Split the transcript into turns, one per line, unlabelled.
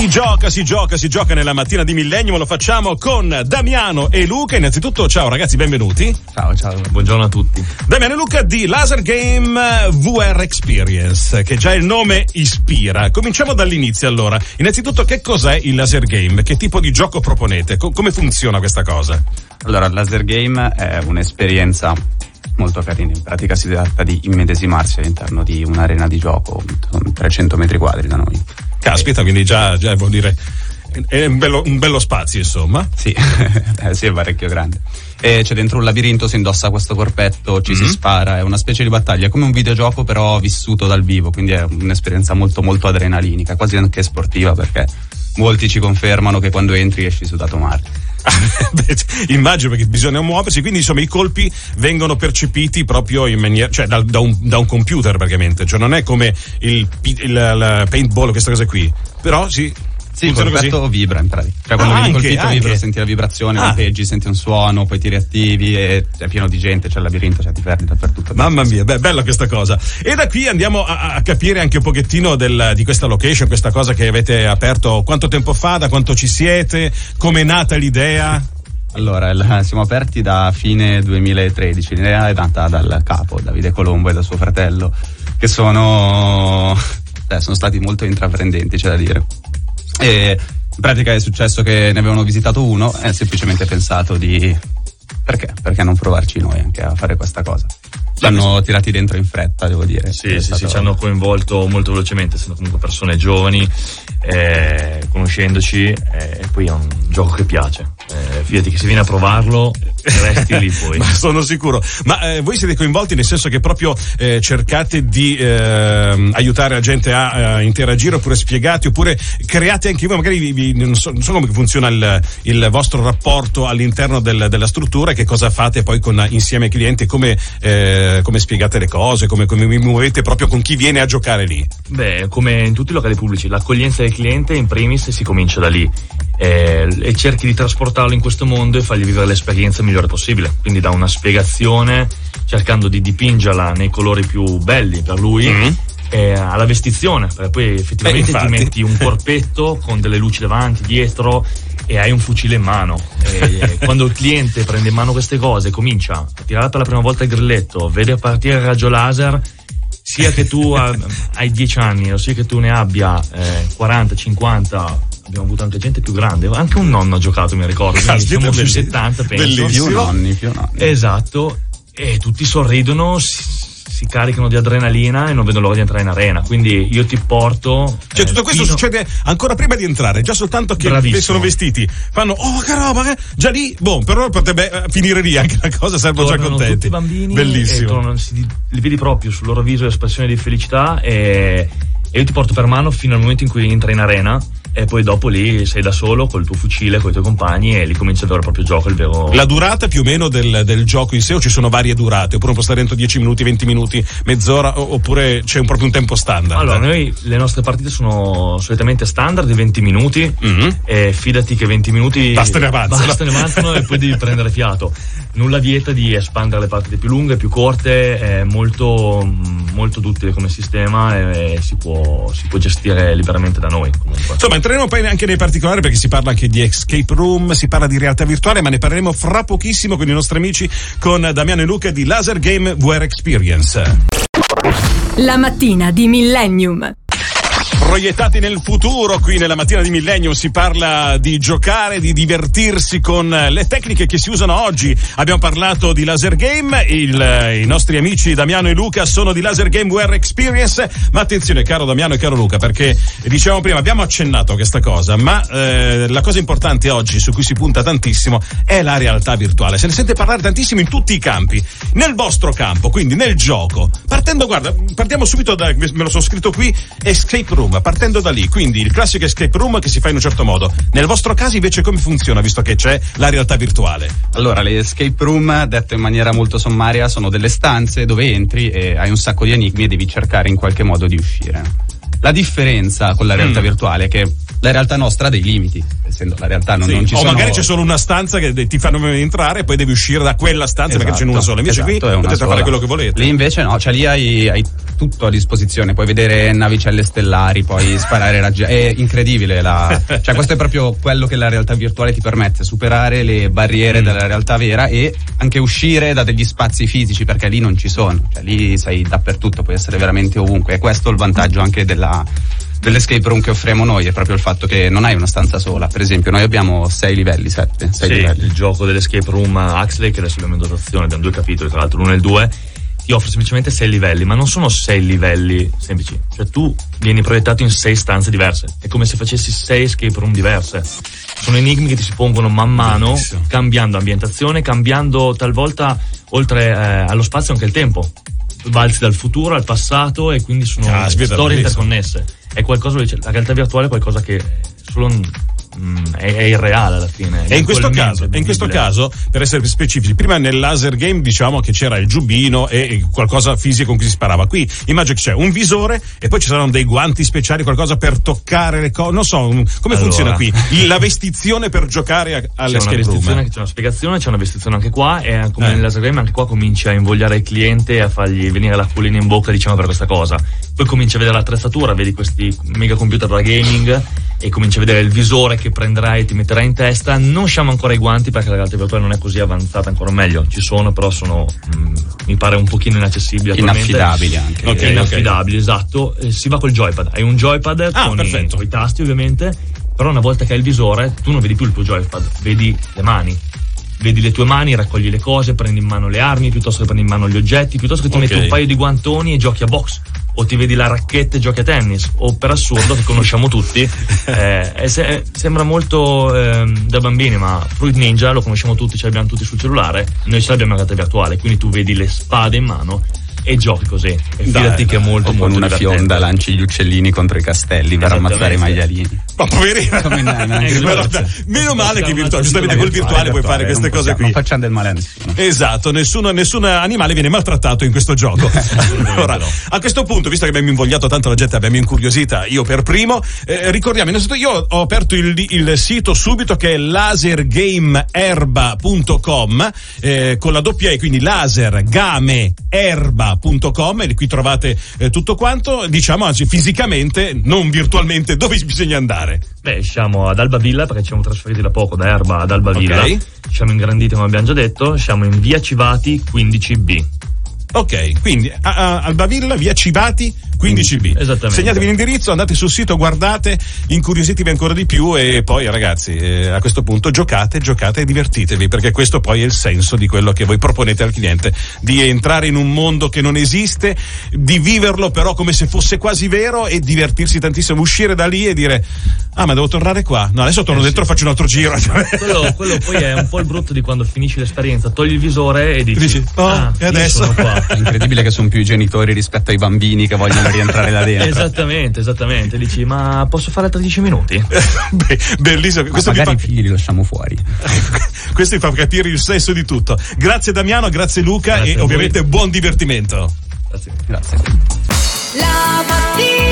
Si gioca nella mattina di Millennium, lo facciamo con Damiano e Luca. Innanzitutto ciao ragazzi, benvenuti.
Ciao, buongiorno a tutti.
Damiano e Luca di Laser Game VR Experience, che già il nome ispira. Cominciamo dall'inizio allora. Innanzitutto, che cos'è il Laser Game? Che tipo di gioco proponete? Come funziona questa cosa?
Allora, il Laser Game è un'esperienza molto carina. In pratica si tratta di immedesimarsi all'interno di un'arena di gioco, con 300 metri quadri da noi.
Caspita, quindi già vuol dire è un bello spazio, insomma.
Sì, sì, è parecchio grande. E c'è dentro un labirinto, si indossa questo corpetto, ci si spara, è una specie di battaglia, è come un videogioco però vissuto dal vivo, quindi è un'esperienza molto molto adrenalinica, quasi anche sportiva, perché molti ci confermano che quando entri esci sudato male.
Immagino, perché bisogna muoversi, quindi insomma i colpi vengono percepiti proprio in maniera, cioè da un computer praticamente, cioè non è come il paintball, queste cose qui, però sì,
il corpetto vibra in pratica, cioè quando vieni colpito vibra, senti la vibrazione, lampeggi, senti un suono, poi ti riattivi e è pieno di gente, c'è il labirinto, cioè ti perdi dappertutto.
Mamma mia, bella questa cosa. E da qui andiamo a capire anche un pochettino di questa location, questa cosa che avete aperto quanto tempo fa, da quanto ci siete, come è nata l'idea?
Allora, siamo aperti da fine 2013, l'idea è nata dal capo, Davide Colombo, e da suo fratello, che sono stati molto intraprendenti, c'è da dire. E in pratica è successo che ne avevano visitato uno e semplicemente pensato di perché non provarci noi anche a fare questa cosa. Ci hanno tirati dentro in fretta, devo dire.
Sì, ci hanno coinvolto molto velocemente, essendo comunque persone giovani, conoscendoci, e poi è un gioco che piace. Fidati che se vieni a provarlo resti lì poi.
Ma sono sicuro. Ma voi siete coinvolti nel senso che proprio cercate di aiutare la gente a interagire, oppure spiegate, oppure create anche voi, magari non so come funziona il vostro rapporto all'interno della struttura, che cosa fate poi insieme ai clienti, come spiegate le cose, come vi muovete proprio con chi viene a giocare lì?
Beh, come in tutti i locali pubblici, l'accoglienza del cliente in primis si comincia da lì, e cerchi di trasportarlo in questo mondo e fargli vivere l'esperienza migliore possibile, quindi da una spiegazione, cercando di dipingerla nei colori più belli per lui, alla vestizione, perché poi effettivamente ti metti un corpetto con delle luci davanti, dietro, e hai un fucile in mano, e quando il cliente prende in mano queste cose, comincia a tirare per la prima volta il grilletto, vede partire il raggio laser, sia che tu hai 10 anni o sia che tu ne abbia 40, 50, abbiamo avuto anche gente più grande, anche un nonno ha giocato, mi ricordo, siamo sui 70 penso.
Bellissimo. Più nonni.
Esatto, e tutti sorridono, si caricano di adrenalina e non vedono l'ora di entrare in arena, quindi io ti porto.
Cioè tutto questo succede ancora prima di entrare, già soltanto che sono vestiti, fanno che roba, già lì, però potrebbe finire lì anche la cosa, sarebbero già contenti.
Tutti i bambini,
bellissimo,
li vedi proprio sul loro viso l'espressione di felicità, e io ti porto per mano fino al momento in cui entra in arena, e poi dopo lì sei da solo col tuo fucile, con i tuoi compagni, e lì comincia il vero e proprio gioco, il vero.
La durata più o meno del gioco in sé, o ci sono varie durate, oppure può stare dentro 10 minuti, 20 minuti, mezz'ora, oppure c'è proprio un tempo standard?
Allora, noi le nostre partite sono solitamente standard di 20 minuti, e fidati che 20 minuti
bastano avanzano
e poi devi prendere fiato. Nulla vieta di espandere le partite più lunghe, più corte, è molto molto duttile come sistema, e si può gestire liberamente da noi comunque.
Insomma, entreremo poi anche nei particolari, perché si parla anche di escape room, si parla di realtà virtuale, ma ne parleremo fra pochissimo con i nostri amici, con Damiano e Luca di Laser Game VR Experience.
La mattina di Millennium.
Proiettati nel futuro, qui nella mattina di Millennium si parla di giocare, di divertirsi con le tecniche che si usano oggi. Abbiamo parlato di Laser Game, i nostri amici Damiano e Luca sono di Laser Game VR Experience, ma attenzione caro Damiano e caro Luca, perché dicevamo prima, abbiamo accennato a questa cosa, ma la cosa importante oggi, su cui si punta tantissimo, è la realtà virtuale. Se ne sente parlare tantissimo in tutti i campi, nel vostro campo, quindi nel gioco. Partiamo subito me lo sono scritto qui, escape room. Partendo da lì, quindi il classico escape room che si fa in un certo modo. Nel vostro caso invece come funziona, visto che c'è la realtà virtuale?
Allora, le escape room, detto in maniera molto sommaria, sono delle stanze dove entri e hai un sacco di enigmi e devi cercare in qualche modo di uscire. La differenza con la realtà virtuale è che la realtà nostra ha dei limiti, essendo la realtà non ci sono.
O magari c'è solo una stanza che ti fanno entrare e poi devi uscire da quella stanza, magari ce n'è una sola. Invece qui potete fare quello che volete.
Lì invece no, cioè lì hai tutto a disposizione, puoi vedere navicelle stellari, puoi sparare raggi. È incredibile cioè questo è proprio quello che la realtà virtuale ti permette, superare le barriere della realtà vera e anche uscire da degli spazi fisici, perché lì non ci sono, cioè lì sei dappertutto, puoi essere veramente ovunque, e questo è il vantaggio anche dell'escape room che offriamo noi, è proprio il fatto che non hai una stanza sola. Per esempio noi abbiamo 6 livelli, 7 livelli.
Il gioco dell'escape room Huxley, che adesso abbiamo in dotazione, abbiamo 2 capitoli, tra l'altro l'1 e il 2, ti offre semplicemente 6 livelli, ma non sono 6 livelli semplici, cioè tu vieni proiettato in 6 stanze diverse, è come se facessi 6 escape room diverse. Sono enigmi che ti si pongono man mano, cambiando ambientazione, cambiando talvolta oltre allo spazio anche il tempo. Balzi dal futuro al passato e quindi sono storie interconnesse. È qualcosa, la realtà virtuale è qualcosa che solo è irreale alla fine.
E in questo caso, per essere specifici, prima nel laser game diciamo che c'era il giubbino e qualcosa fisico con cui si sparava. Qui immagino che c'è un visore e poi ci saranno dei guanti speciali, qualcosa per toccare le cose. Non so come funziona qui la vestizione per giocare all'escape room.
C'è una spiegazione, c'è una vestizione anche qua, e come nel laser game anche qua comincia a invogliare il cliente e a fargli venire l'acquolina in bocca, diciamo, per questa cosa. Poi cominci a vedere l'attrezzatura, vedi questi mega computer da gaming e cominci a vedere il visore che prenderai e ti metterai in testa. Non siamo ancora ai guanti perché la realtà virtuale non è così avanzata, ancora meglio, ci sono, però sono mi pare un pochino inaccessibili,
inaffidabili anche.
Inaffidabili, esatto. Si va col joypad, hai un joypad con i tasti ovviamente, però una volta che hai il visore tu non vedi più il tuo joypad, vedi le mani. Vedi le tue mani, raccogli le cose, prendi in mano le armi, piuttosto che prendi in mano gli oggetti, piuttosto che ti metti un paio di guantoni e giochi a box, o ti vedi la racchetta e giochi a tennis, o per assurdo, che conosciamo tutti, sembra molto da bambini, ma Fruit Ninja lo conosciamo tutti, ce l'abbiamo tutti sul cellulare, noi ce l'abbiamo in realtà virtuale, quindi tu vedi le spade in mano e giochi così, e fidati che è molto
con una
divertente.
Fionda lanci gli uccellini contro i castelli per ammazzare i maialini.
Ma poverino, meno male che virtuale, giustamente col virtuale puoi fare queste cose qui.
Non facciamo del male a nessuno.
Esatto, nessun animale viene maltrattato in questo gioco. Allora, a questo punto, visto che abbiamo invogliato tanto la gente, abbiamo incuriosita, io per primo, ricordiamo, innanzitutto io ho aperto il sito subito, che è lasergameerba.com, con la doppia E, quindi lasergameerba.com, e qui trovate tutto quanto, diciamo, anzi fisicamente, non virtualmente, dove bisogna andare?
Beh, siamo ad Albavilla, perché ci siamo trasferiti da poco da Erba ad Albavilla. Siamo ingranditi, come abbiamo già detto, siamo in via Civati 15B.
Ok, quindi Albavilla, via Civati 15B.
Esattamente.
Segnatevi l'indirizzo, andate sul sito, guardate, incuriositevi ancora di più, e poi ragazzi, a questo punto giocate e divertitevi, perché questo poi è il senso di quello che voi proponete al cliente, di entrare in un mondo che non esiste, di viverlo però come se fosse quasi vero e divertirsi tantissimo, uscire da lì e dire: ah, ma devo tornare qua? No, adesso torno dentro e faccio un altro giro.
Quello poi è un po' il brutto di quando finisci l'esperienza, togli il visore e dici
e adesso
sono qua.
È incredibile che sono più i genitori rispetto ai bambini che vogliono rientrare là dentro.
Esattamente. Dici: ma posso fare 13 minuti?
Bellissimo.
Questo magari i figli li lasciamo fuori.
Questo mi fa capire il senso di tutto. Grazie Damiano, grazie Luca, e ovviamente buon divertimento.
Grazie.
La mattina